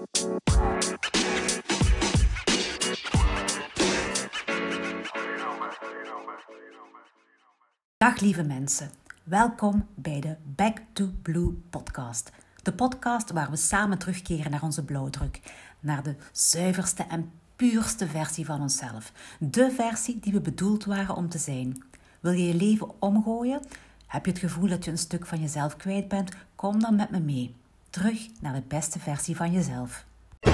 Dag lieve mensen, welkom bij de Back to Blue podcast. De podcast waar we samen terugkeren naar onze blauwdruk. Naar de zuiverste en puurste versie van onszelf. De versie die we bedoeld waren om te zijn. Wil je je leven omgooien? Heb je het gevoel dat je een stuk van jezelf kwijt bent? Kom dan met me mee. Terug naar de beste versie van jezelf.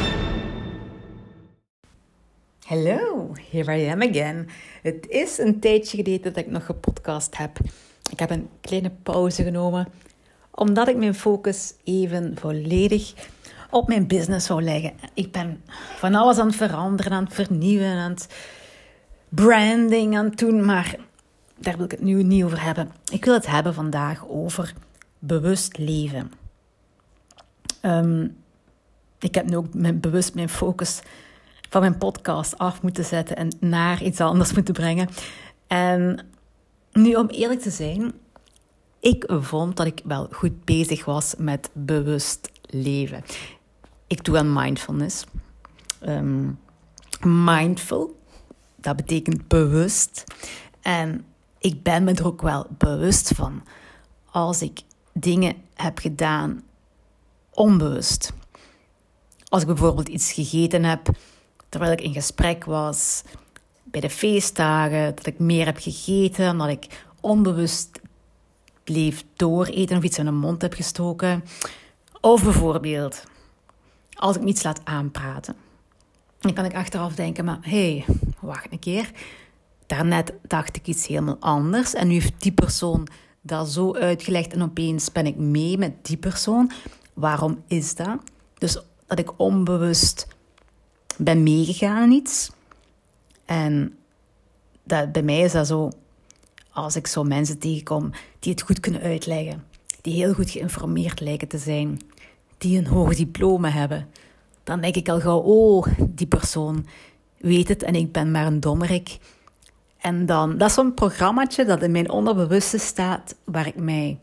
Hello, here I am again. Het is een tijdje geleden dat ik nog gepodcast heb. Ik heb een kleine pauze genomen, omdat ik mijn focus even volledig op mijn business wou leggen. Ik ben van alles aan het veranderen, aan het vernieuwen, aan het branding aan het doen, maar daar wil ik het nu niet over hebben. Ik wil het hebben vandaag over bewust leven. Ik heb nu ook bewust mijn focus van mijn podcast af moeten zetten en naar iets anders moeten brengen. En nu, om eerlijk te zijn, ik vond dat ik wel goed bezig was met bewust leven. Ik doe aan mindfulness. Mindful, dat betekent bewust. En ik ben me er ook wel bewust van als ik dingen heb gedaan onbewust. Als ik bijvoorbeeld iets gegeten heb terwijl ik in gesprek was, bij de feestdagen, dat ik meer heb gegeten, dat ik onbewust bleef dooreten of iets in mijn mond heb gestoken. Of bijvoorbeeld, als ik me iets laat aanpraten, dan kan ik achteraf denken, maar hey, wacht een keer. Daarnet dacht ik iets helemaal anders en nu heeft die persoon dat zo uitgelegd en opeens ben ik mee met die persoon. Waarom is dat? Dus dat ik onbewust ben meegegaan in iets. En bij mij is dat zo, als ik zo mensen tegenkom die het goed kunnen uitleggen, die heel goed geïnformeerd lijken te zijn, die een hoog diploma hebben, dan denk ik al gauw, oh, die persoon weet het en ik ben maar een dommerik. En dan, dat is zo'n programmaatje dat in mijn onderbewuste staat, waar ik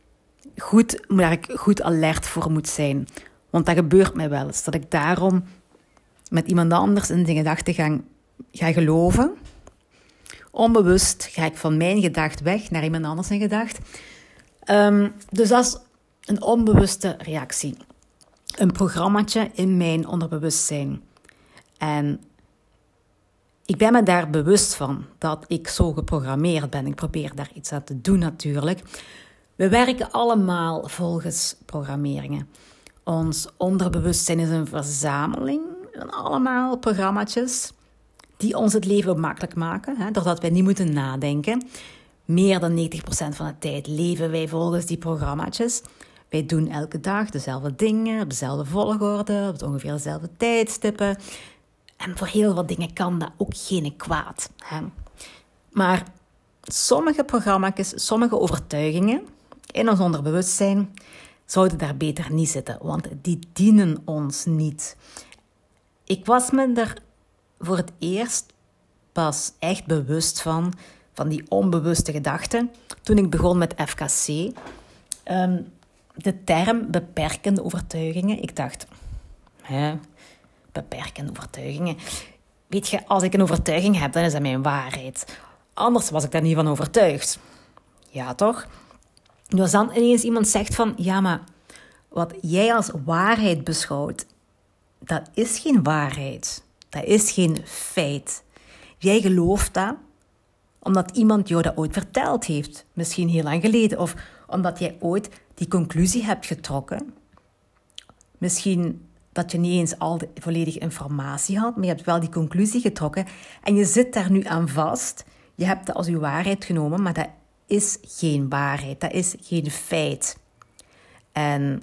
goed alert voor moet zijn. Want dat gebeurt mij wel eens, dat ik daarom met iemand anders in de gedachtegang ga geloven. Onbewust ga ik van mijn gedacht weg naar iemand anders in gedacht. Dus dat is een onbewuste reactie. Een programmaatje in mijn onderbewustzijn. En ik ben me daar bewust van dat ik zo geprogrammeerd ben. Ik probeer daar iets aan te doen natuurlijk. We werken allemaal volgens programmeringen. Ons onderbewustzijn is een verzameling van allemaal programmaatjes die ons het leven makkelijk maken, doordat wij niet moeten nadenken. Meer dan 90% van de tijd leven wij volgens die programmaatjes. Wij doen elke dag dezelfde dingen, op dezelfde volgorde, op ongeveer dezelfde tijdstippen. En voor heel wat dingen kan dat ook geen kwaad. Maar sommige programma's, sommige overtuigingen in ons onderbewustzijn zouden daar beter niet zitten, want die dienen ons niet. Ik was me er voor het eerst pas echt bewust van die onbewuste gedachten, toen ik begon met FKC. De term beperkende overtuigingen. Ik dacht, beperkende overtuigingen. Weet je, als ik een overtuiging heb, dan is dat mijn waarheid. Anders was ik daar niet van overtuigd. Ja, toch? Nu als dan ineens iemand zegt van, ja, maar wat jij als waarheid beschouwt, dat is geen waarheid. Dat is geen feit. Jij gelooft dat omdat iemand jou dat ooit verteld heeft. Misschien heel lang geleden. Of omdat jij ooit die conclusie hebt getrokken. Misschien dat je niet eens al de volledige informatie had, maar je hebt wel die conclusie getrokken. En je zit daar nu aan vast. Je hebt dat als je waarheid genomen, maar dat is geen waarheid. Dat is geen feit. En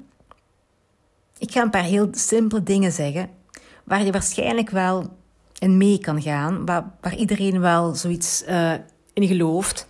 ik ga een paar heel simpele dingen zeggen, waar je waarschijnlijk wel in mee kan gaan, waar iedereen wel zoiets in gelooft.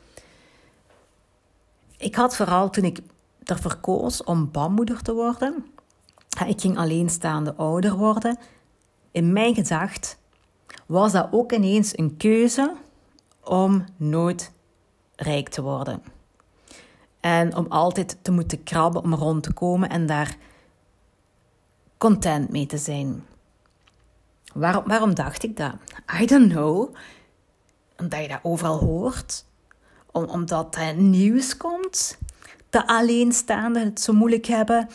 Ik had vooral, toen ik ervoor koos om baarmoeder te worden, ik ging alleenstaande ouder worden, in mijn gedacht was dat ook ineens een keuze om nooit rijk te worden. En om altijd te moeten krabben om rond te komen en daar content mee te zijn. Waarom dacht ik dat? I don't know. Omdat je dat overal hoort. Omdat er nieuws komt. De alleenstaanden het zo moeilijk hebben.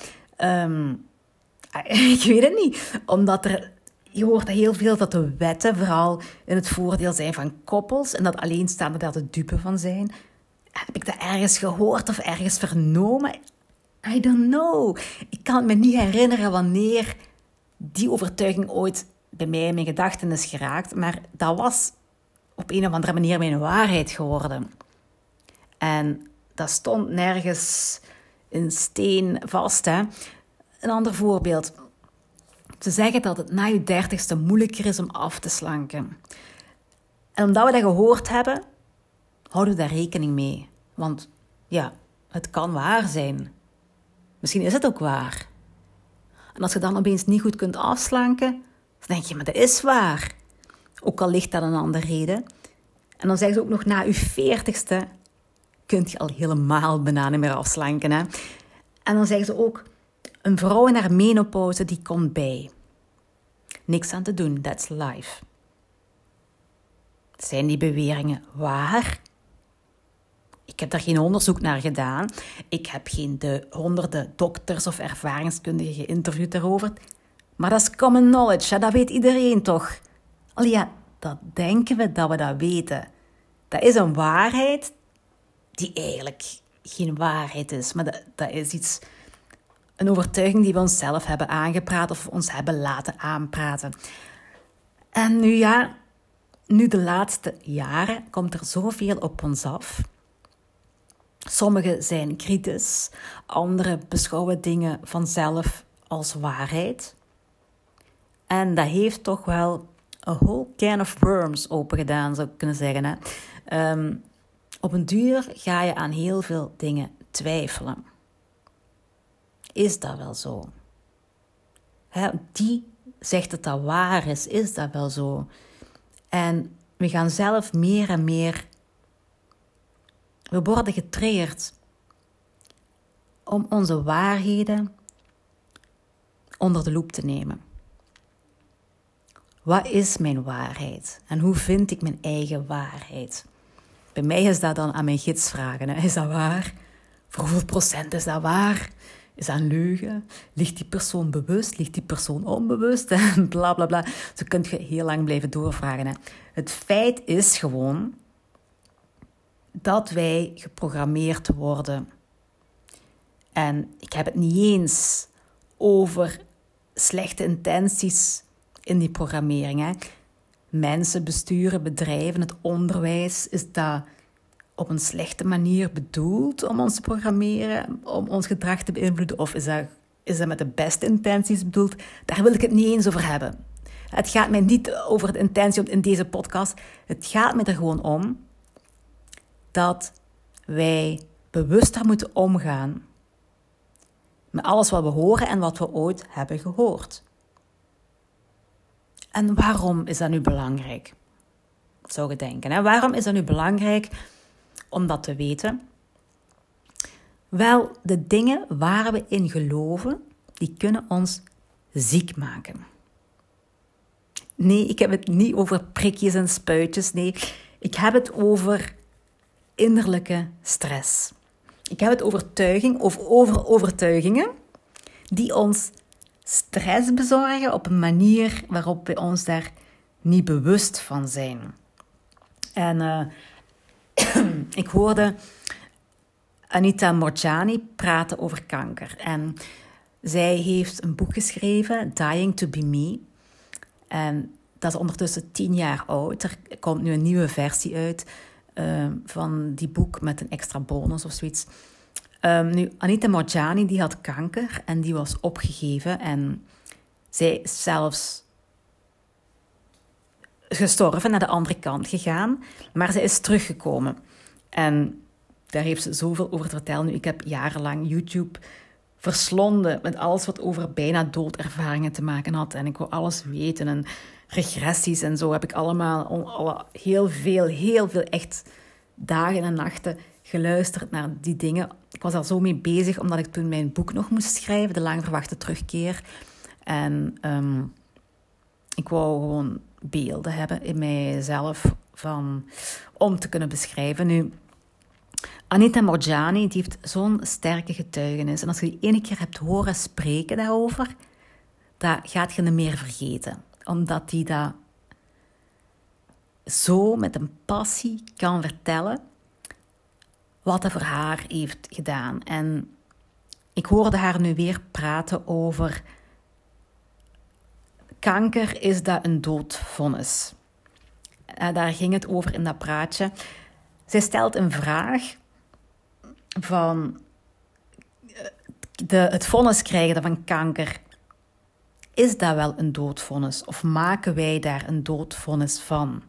Ik weet het niet. Omdat je hoort heel veel dat de wetten vooral in het voordeel zijn van koppels. En dat alleenstaanden daar de dupe van zijn. Heb ik dat ergens gehoord of ergens vernomen? I don't know. Ik kan me niet herinneren wanneer die overtuiging ooit bij mij in mijn gedachten is geraakt. Maar dat was op een of andere manier mijn waarheid geworden. En dat stond nergens in steen vast. Hè? Een ander voorbeeld. Ze zeggen dat het na je 30ste moeilijker is om af te slanken. En omdat we dat gehoord hebben, houden we daar rekening mee. Want ja, het kan waar zijn. Misschien is het ook waar. En als je dan opeens niet goed kunt afslanken, dan denk je, maar dat is waar. Ook al ligt dat een andere reden. En dan zeggen ze ook nog, na je 40ste kun je al helemaal bijna niet meer afslanken. Hè? En dan zeggen ze ook, een vrouw in haar menopauze, die komt bij. Niks aan te doen, that's life. Zijn die beweringen waar? Ik heb daar geen onderzoek naar gedaan. Ik heb geen de honderden dokters of ervaringskundigen geïnterviewd daarover. Maar dat is common knowledge, hè? Dat weet iedereen toch? Al ja, dat denken we dat weten. Dat is een waarheid die eigenlijk geen waarheid is. Maar dat is een overtuiging die we onszelf hebben aangepraat of ons hebben laten aanpraten. En nu de laatste jaren komt er zoveel op ons af. Sommigen zijn kritisch, anderen beschouwen dingen vanzelf als waarheid. En dat heeft toch wel een whole can of worms opengedaan, zou ik kunnen zeggen. Hè? Op een duur ga je aan heel veel dingen twijfelen. Is dat wel zo? Die zegt dat dat waar is. Is dat wel zo? En we gaan zelf meer en meer... We worden getriggerd om onze waarheden onder de loep te nemen. Wat is mijn waarheid? En hoe vind ik mijn eigen waarheid? Bij mij is dat dan aan mijn gids vragen. Hè? Is dat waar? Voor hoeveel procent is dat waar? Is dat een leugen? Ligt die persoon bewust? Ligt die persoon onbewust? En bla bla bla. Zo kun je heel lang blijven doorvragen. Hè? Het feit is gewoon dat wij geprogrammeerd worden. En ik heb het niet eens over slechte intenties in die programmering. Hè. Mensen besturen bedrijven, het onderwijs, is dat op een slechte manier bedoeld om ons te programmeren, om ons gedrag te beïnvloeden? Of is dat met de beste intenties bedoeld? Daar wil ik het niet eens over hebben. Het gaat mij niet over de intentie in deze podcast. Het gaat me er gewoon om dat wij bewuster moeten omgaan met alles wat we horen en wat we ooit hebben gehoord. En waarom is dat nu belangrijk? Zou je denken, hè? Waarom is dat nu belangrijk om dat te weten? Wel, de dingen waar we in geloven, die kunnen ons ziek maken. Nee, ik heb het niet over prikjes en spuitjes. Nee, ik heb het over innerlijke stress. Ik heb het over overtuigingen die ons stress bezorgen op een manier waarop we ons daar niet bewust van zijn. En ik hoorde Anita Moorjani praten over kanker. En zij heeft een boek geschreven, Dying to be Me. En dat is ondertussen 10 jaar oud. Er komt nu een nieuwe versie uit van die boek met een extra bonus of zoiets. Nu, Anita Moorjani die had kanker en die was opgegeven. En zij is zelfs gestorven, naar de andere kant gegaan. Maar zij is teruggekomen. En daar heeft ze zoveel over te vertellen. Nu, ik heb jarenlang YouTube verslonden met alles wat over bijna doodervaringen te maken had. En ik wou alles weten. En regressies en zo heb ik allemaal heel veel echt dagen en nachten geluisterd naar die dingen. Ik was daar zo mee bezig, omdat ik toen mijn boek nog moest schrijven, De lang verwachte terugkeer. En ik wou gewoon beelden hebben in mijzelf om te kunnen beschrijven. Nu, Anita Moorjani die heeft zo'n sterke getuigenis. En als je die ene keer hebt horen spreken daarover, dat gaat je niet meer vergeten. Omdat die dat zo met een passie kan vertellen wat hij voor haar heeft gedaan. En ik hoorde haar nu weer praten over kanker, is dat een doodvonnis? Daar ging het over in dat praatje. Zij stelt een vraag van het vonnis krijgen van kanker. Is dat wel een doodvonnis? Of maken wij daar een doodvonnis van?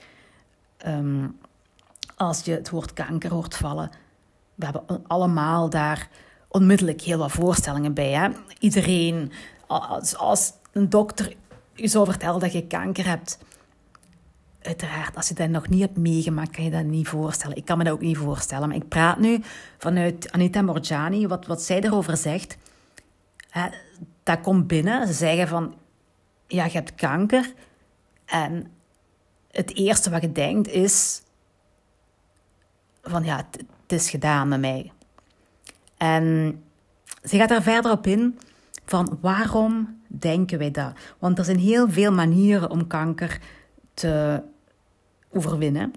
Als je het woord kanker hoort vallen, we hebben allemaal daar onmiddellijk heel wat voorstellingen bij. Hè? Iedereen, als een dokter je zou vertellen dat je kanker hebt, uiteraard, als je dat nog niet hebt meegemaakt, kan je dat niet voorstellen. Ik kan me dat ook niet voorstellen. Maar ik praat nu vanuit Anita Moorjani, wat zij erover zegt. Dat komt binnen. Ze zeggen van, ja, je hebt kanker. En het eerste wat je denkt is van, ja, het is gedaan met mij. En ze gaat er verder op in van, waarom denken wij dat? Want er zijn heel veel manieren om kanker te overwinnen.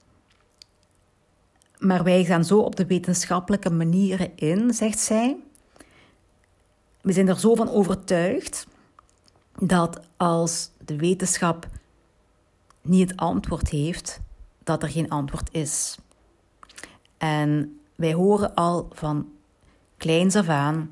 Maar wij gaan zo op de wetenschappelijke manieren in, zegt zij. We zijn er zo van overtuigd dat als de wetenschap niet het antwoord heeft, dat er geen antwoord is. En wij horen al van kleins af aan,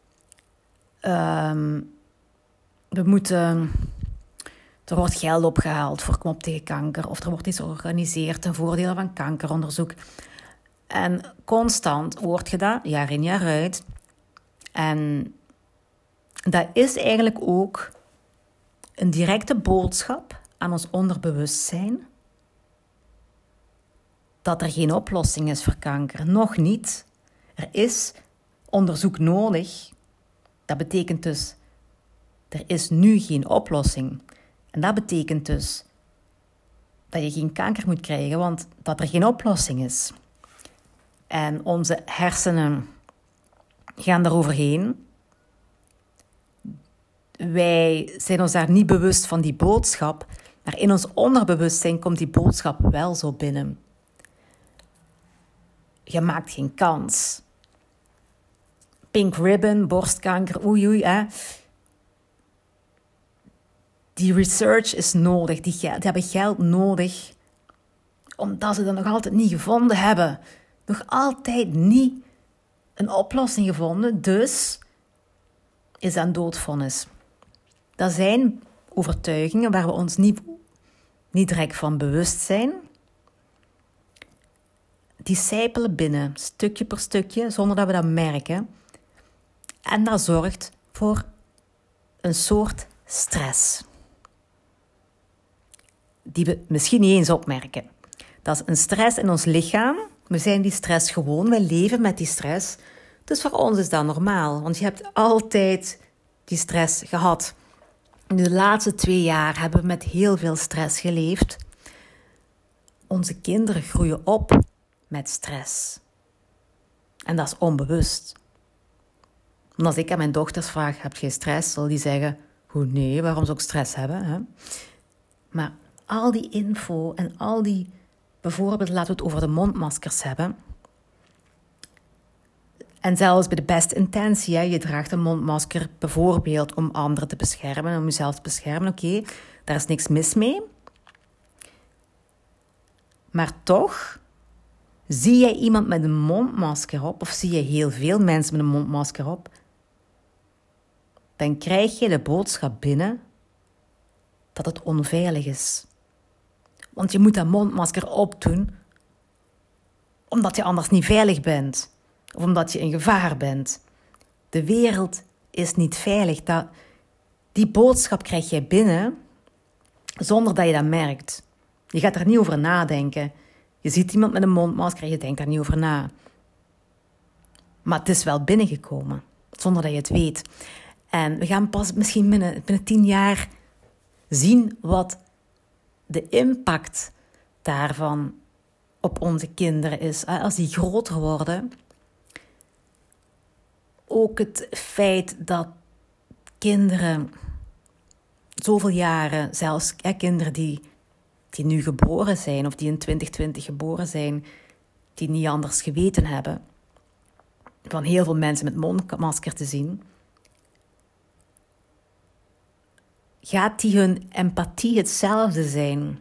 er wordt geld opgehaald voor Kom op tegen kanker, of er wordt iets georganiseerd ten voordele van kankeronderzoek. En constant hoort je dat, jaar in jaar uit. En dat is eigenlijk ook een directe boodschap aan ons onderbewustzijn dat er geen oplossing is voor kanker. Nog niet. Er is onderzoek nodig. Dat betekent dus, er is nu geen oplossing. En dat betekent dus dat je geen kanker moet krijgen, want dat er geen oplossing is. En onze hersenen gaan eroverheen. Wij zijn ons daar niet bewust van die boodschap, maar in ons onderbewustzijn komt die boodschap wel zo binnen. Je maakt geen kans. Pink ribbon, borstkanker, oei, hè. Die research is nodig, die hebben geld nodig, omdat ze dat nog altijd niet gevonden hebben. Nog altijd niet een oplossing gevonden, dus is dat een doodvonnis. Dat zijn overtuigingen waar we ons niet direct van bewust zijn. Die sijpelen binnen, stukje per stukje, zonder dat we dat merken. En dat zorgt voor een soort stress, die we misschien niet eens opmerken. Dat is een stress in ons lichaam. We zijn die stress gewoon, we leven met die stress. Dus voor ons is dat normaal, want je hebt altijd die stress gehad. In de laatste 2 jaar hebben we met heel veel stress geleefd. Onze kinderen groeien op met stress. En dat is onbewust. En als ik aan mijn dochters vraag, heb je stress? Zal die zeggen, hoe nee, waarom zou ik stress hebben? Hè? Maar al die info en al die, bijvoorbeeld laten we het over de mondmaskers hebben. En zelfs bij de beste intentie, je draagt een mondmasker bijvoorbeeld om anderen te beschermen, om jezelf te beschermen. Oké, daar is niks mis mee. Maar toch, zie jij iemand met een mondmasker op, of zie je heel veel mensen met een mondmasker op, dan krijg je de boodschap binnen dat het onveilig is. Want je moet dat mondmasker opdoen, omdat je anders niet veilig bent. Of omdat je in gevaar bent. De wereld is niet veilig. Die boodschap krijg jij binnen, zonder dat je dat merkt. Je gaat er niet over nadenken. Je ziet iemand met een mondmasker en je denkt daar niet over na. Maar het is wel binnengekomen, zonder dat je het weet. En we gaan pas misschien binnen 10 jaar zien wat de impact daarvan op onze kinderen is. Als die groter worden. Ook het feit dat kinderen zoveel jaren, zelfs kinderen die nu geboren zijn of die in 2020 geboren zijn, die niet anders geweten hebben, van heel veel mensen met mondmasker te zien, gaat die hun empathie hetzelfde zijn?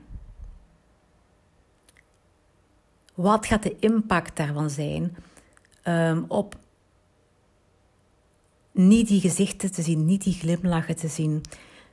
Wat gaat de impact daarvan zijn op niet die gezichten te zien, niet die glimlachen te zien?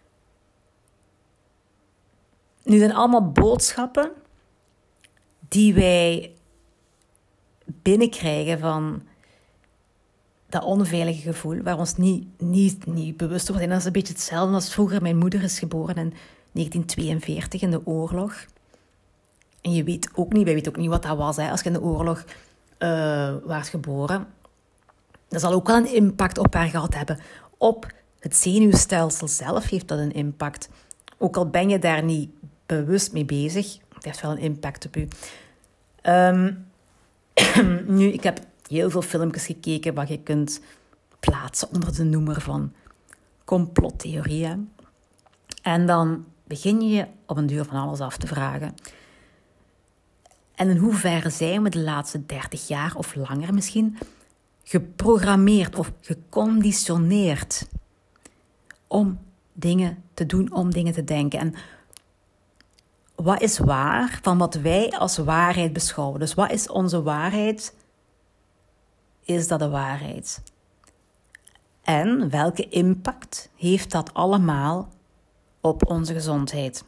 Nu zijn allemaal boodschappen die wij binnenkrijgen van dat onveilige gevoel, waar we ons niet bewust worden. En dat is een beetje hetzelfde als vroeger. Mijn moeder is geboren in 1942 in de oorlog. En wij weten ook niet wat dat was als je in de oorlog was geboren. Dat zal ook wel een impact op haar gehad hebben. Op het zenuwstelsel zelf heeft dat een impact. Ook al ben je daar niet bewust mee bezig, het heeft wel een impact op u. Nu, ik heb heel veel filmpjes gekeken wat je kunt plaatsen onder de noemer van complottheorieën. En dan begin je op een duur van alles af te vragen. En in hoeverre zijn we de laatste 30 jaar of langer misschien geprogrammeerd of geconditioneerd om dingen te doen, om dingen te denken. En wat is waar van wat wij als waarheid beschouwen? Dus wat is onze waarheid? Is dat de waarheid? En welke impact heeft dat allemaal op onze gezondheid?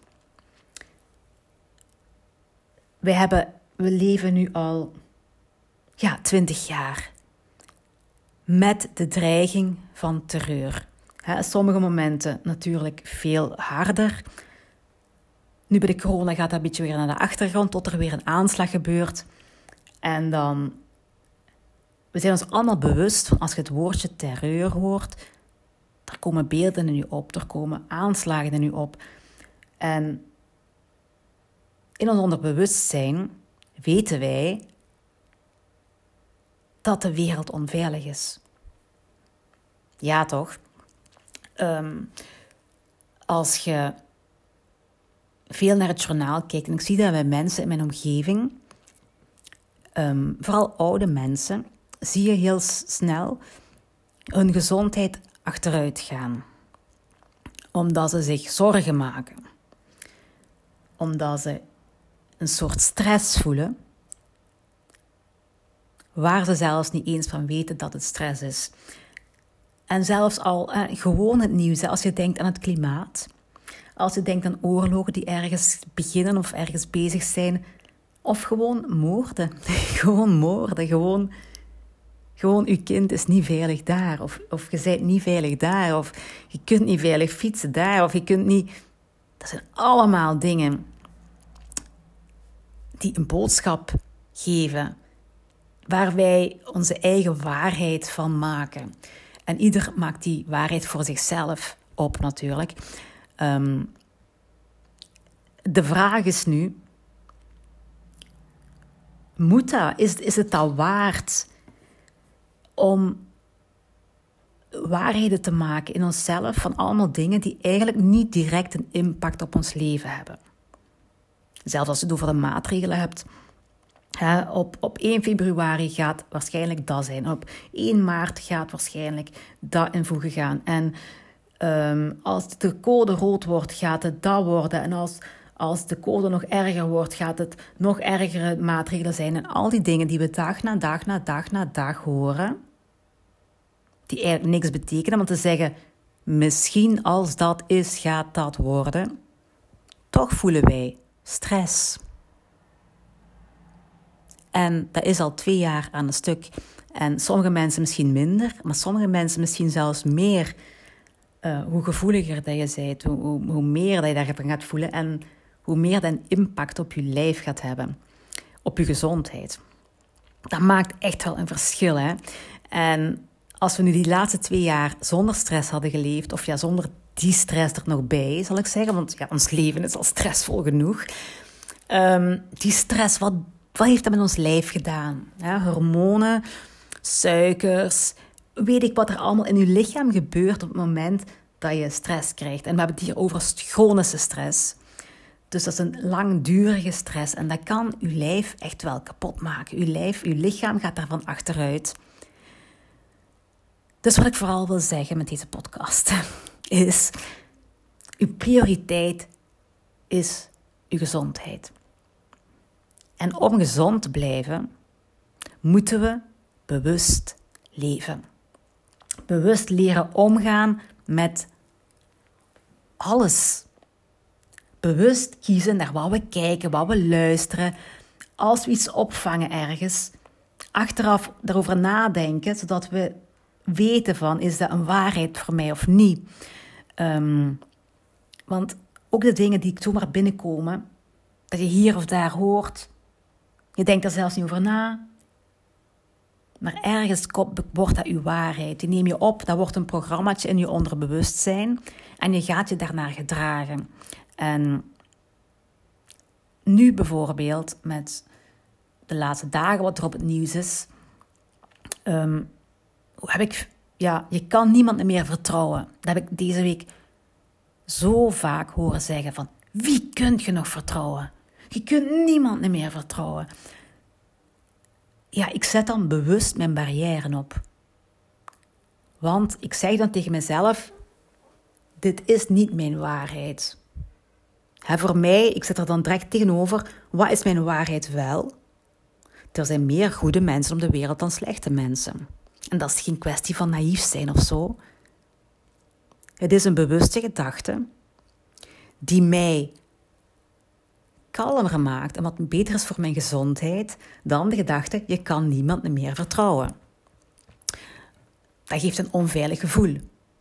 We leven nu al 20 jaar met de dreiging van terreur. Sommige momenten natuurlijk veel harder. Nu bij de corona gaat dat een beetje weer naar de achtergrond, tot er weer een aanslag gebeurt. En dan, we zijn ons allemaal bewust van als je het woordje terreur hoort, er komen beelden in je op, er komen aanslagen in je op. En in ons onderbewustzijn weten wij dat de wereld onveilig is. Ja, toch? Als je veel naar het journaal kijkt, en ik zie dat bij mensen in mijn omgeving, vooral oude mensen, zie je heel snel hun gezondheid achteruit gaan. Omdat ze zich zorgen maken. Omdat ze een soort stress voelen, waar ze zelfs niet eens van weten dat het stress is. En zelfs al gewoon het nieuws, als je denkt aan het klimaat, als je denkt aan oorlogen die ergens beginnen of ergens bezig zijn, of gewoon moorden. Gewoon moorden, gewoon uw kind is niet veilig daar, of je bent niet veilig daar, of je kunt niet veilig fietsen daar, of je kunt niet... Dat zijn allemaal dingen die een boodschap geven, waar wij onze eigen waarheid van maken. En ieder maakt die waarheid voor zichzelf op natuurlijk. De vraag is nu, moet dat? Is het dat waard om waarheden te maken in onszelf van allemaal dingen die eigenlijk niet direct een impact op ons leven hebben? Zelfs als je het over de maatregelen hebt. Op 1 februari gaat waarschijnlijk dat zijn. Op 1 maart gaat waarschijnlijk dat invoegen gaan. En als de code rood wordt, gaat het dat worden. En als de code nog erger wordt, gaat het nog ergere maatregelen zijn. En al die dingen die we dag na dag horen, die eigenlijk niks betekenen, want te zeggen, misschien als dat is, gaat dat worden. Toch voelen wij stress. En dat is al 2 jaar aan een stuk. En sommige mensen misschien minder, maar sommige mensen misschien zelfs meer. Hoe gevoeliger dat je bent, hoe meer dat je daarvan gaat voelen en hoe meer dat een impact op je lijf gaat hebben, op je gezondheid. Dat maakt echt wel een verschil, hè. En als we nu die laatste 2 jaar zonder stress hadden geleefd, of ja, zonder die stress er nog bij, zal ik zeggen, want ja, ons leven is al stressvol genoeg. Die stress, wat heeft dat met ons lijf gedaan? Ja, hormonen, suikers, weet ik wat er allemaal in je lichaam gebeurt op het moment dat je stress krijgt. En we hebben het hier over chronische stress. Dus dat is een langdurige stress en dat kan uw lijf echt wel kapot maken. Uw lichaam gaat daarvan achteruit. Dus wat ik vooral wil zeggen met deze podcast is, uw prioriteit is uw gezondheid. En om gezond te blijven, moeten we bewust leven. Bewust leren omgaan met alles. Bewust kiezen naar wat we kijken, wat we luisteren. Als we iets opvangen ergens, achteraf daarover nadenken, zodat we weten van, is dat een waarheid voor mij of niet? Want ook de dingen die zomaar binnenkomen, dat je hier of daar hoort, je denkt er zelfs niet over na, maar ergens wordt dat uw waarheid. Die neem je op, dat wordt een programmaatje in je onderbewustzijn en je gaat je daarnaar gedragen. En nu bijvoorbeeld, met de laatste dagen wat er op het nieuws is, je kan niemand meer vertrouwen. Dat heb ik deze week zo vaak horen zeggen van, wie kunt je nog vertrouwen? Je kunt niemand meer vertrouwen. Ja, ik zet dan bewust mijn barrière op. Want ik zeg dan tegen mezelf, dit is niet mijn waarheid. Voor mij, ik zet er dan direct tegenover, wat is mijn waarheid wel? Er zijn meer goede mensen op de wereld dan slechte mensen. En dat is geen kwestie van naïef zijn of zo. Het is een bewuste gedachte die mij kalmer maakt en wat beter is voor mijn gezondheid dan de gedachte, je kan niemand meer vertrouwen. Dat geeft een onveilig gevoel.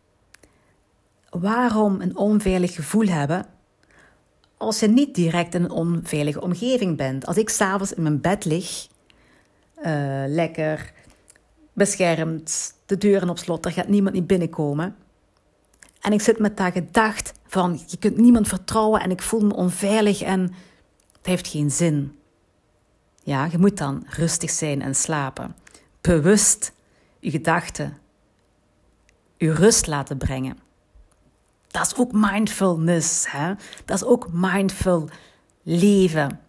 Waarom een onveilig gevoel hebben als je niet direct in een onveilige omgeving bent? Als ik 's avonds in mijn bed lig, lekker beschermd, de deuren op slot, er gaat niemand niet binnenkomen. En ik zit met dat gedacht van, je kunt niemand vertrouwen en ik voel me onveilig en het heeft geen zin. Ja, je moet dan rustig zijn en slapen. Bewust je gedachten, je rust laten brengen. Dat is ook mindfulness, hè? Dat is ook mindful leven.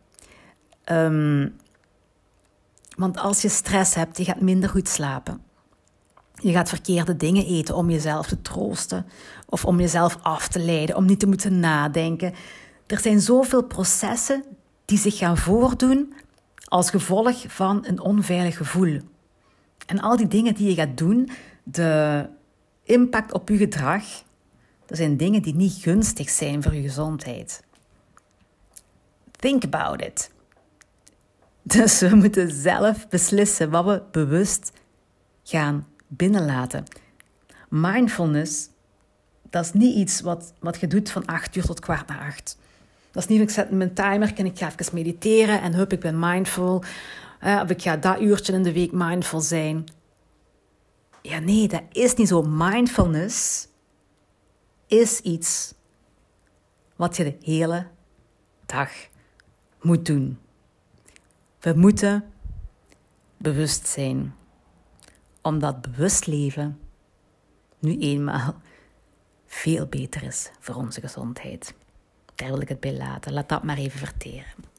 Want als je stress hebt, je gaat minder goed slapen. Je gaat verkeerde dingen eten om jezelf te troosten of om jezelf af te leiden, om niet te moeten nadenken. Er zijn zoveel processen die zich gaan voordoen als gevolg van een onveilig gevoel. En al die dingen die je gaat doen, de impact op je gedrag, dat zijn dingen die niet gunstig zijn voor je gezondheid. Think about it. Dus we moeten zelf beslissen wat we bewust gaan binnenlaten. Mindfulness, dat is niet iets wat je doet van 8 uur tot 7:15. Dat is niet, ik zet mijn timer en ik ga even mediteren en ik ben mindful. Of ik ga dat uurtje in de week mindful zijn. Ja, nee, dat is niet zo. Mindfulness is iets wat je de hele dag moet doen. We moeten bewust zijn, omdat bewust leven nu eenmaal veel beter is voor onze gezondheid. Daar wil ik het bij laten. Laat dat maar even verteren.